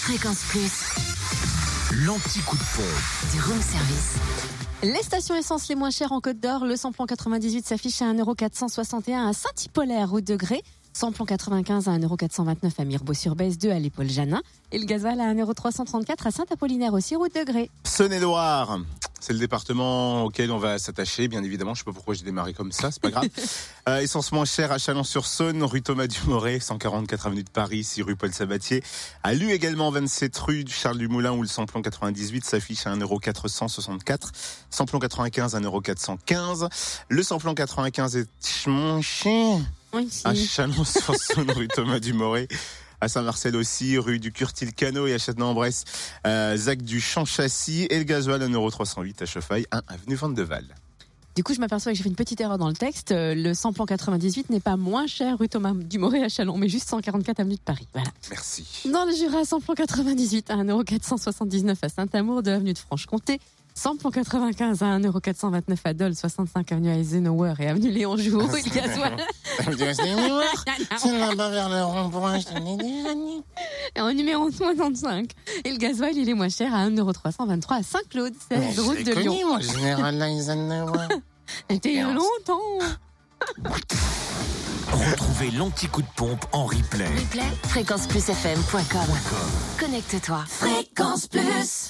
Fréquence Plus. L'anti-coup de pompe. Du room service. Les stations essence les moins chères en Côte d'Or. Le samplon 98 s'affiche à 1,461 € à Saint-Hippolyte, route de Grès. Samplon 95 à 1,429 € à Mirebeau-sur-Bèze 2 à l'Épaule-Janin. Et le gasoil à 1,334 € à Saint-Apollinaire aussi, route de Grès. Saône-et-Loire, c'est le département auquel on va s'attacher, bien évidemment. Je ne sais pas pourquoi j'ai démarré comme ça, c'est pas grave. Essence moins chère à Chalon-sur-Saône, rue Thomas-Dumoré, 144 avenue de Paris, 6 rue Paul-Sabatier. À Lue également, 27 rue du Charles-du-Moulin, où le samplon 98 s'affiche à 1,464 €. Samplon 95 à 1,415 €. Le samplon 95 est moins cher Oui, à Chalon-sur-Saône, rue Thomas-Dumoré. À Saint-Marcel aussi, rue du Curtil-Cano, et à Châtenay-en-Bresse, Zac du Champ-Châssis, et le gasoil 1,308 € à Chauffaille, 1 avenue Vandeval. Du coup, je m'aperçois que j'ai fait une petite erreur dans le texte. Le samplon 98 n'est pas moins cher rue Thomas-Dumoré à Chalon, mais juste 144 avenue de Paris. Voilà. Merci. Dans le Jura, samplon 98 à 1,479 € à Saint-Amour, 2 avenue de Franche-Comté. Samplon 95 à 1,429 € à Dole, 65 avenue Eisenhower et avenue Léon Jouot. Et le gasoil. C'est là-bas vers le rond-point, je t'en ai déjà dit. Et en numéro 65. Et le gasoil, il est moins cher à 1,323 € à Saint-Claude, c'est la route de Lyon. Moi, général Eisenhower. C'était il y a longtemps. Retrouvez l'anti-coup de pompe en replay. Replay, fréquenceplusfm.com. Connecte-toi. Fréquence Plus.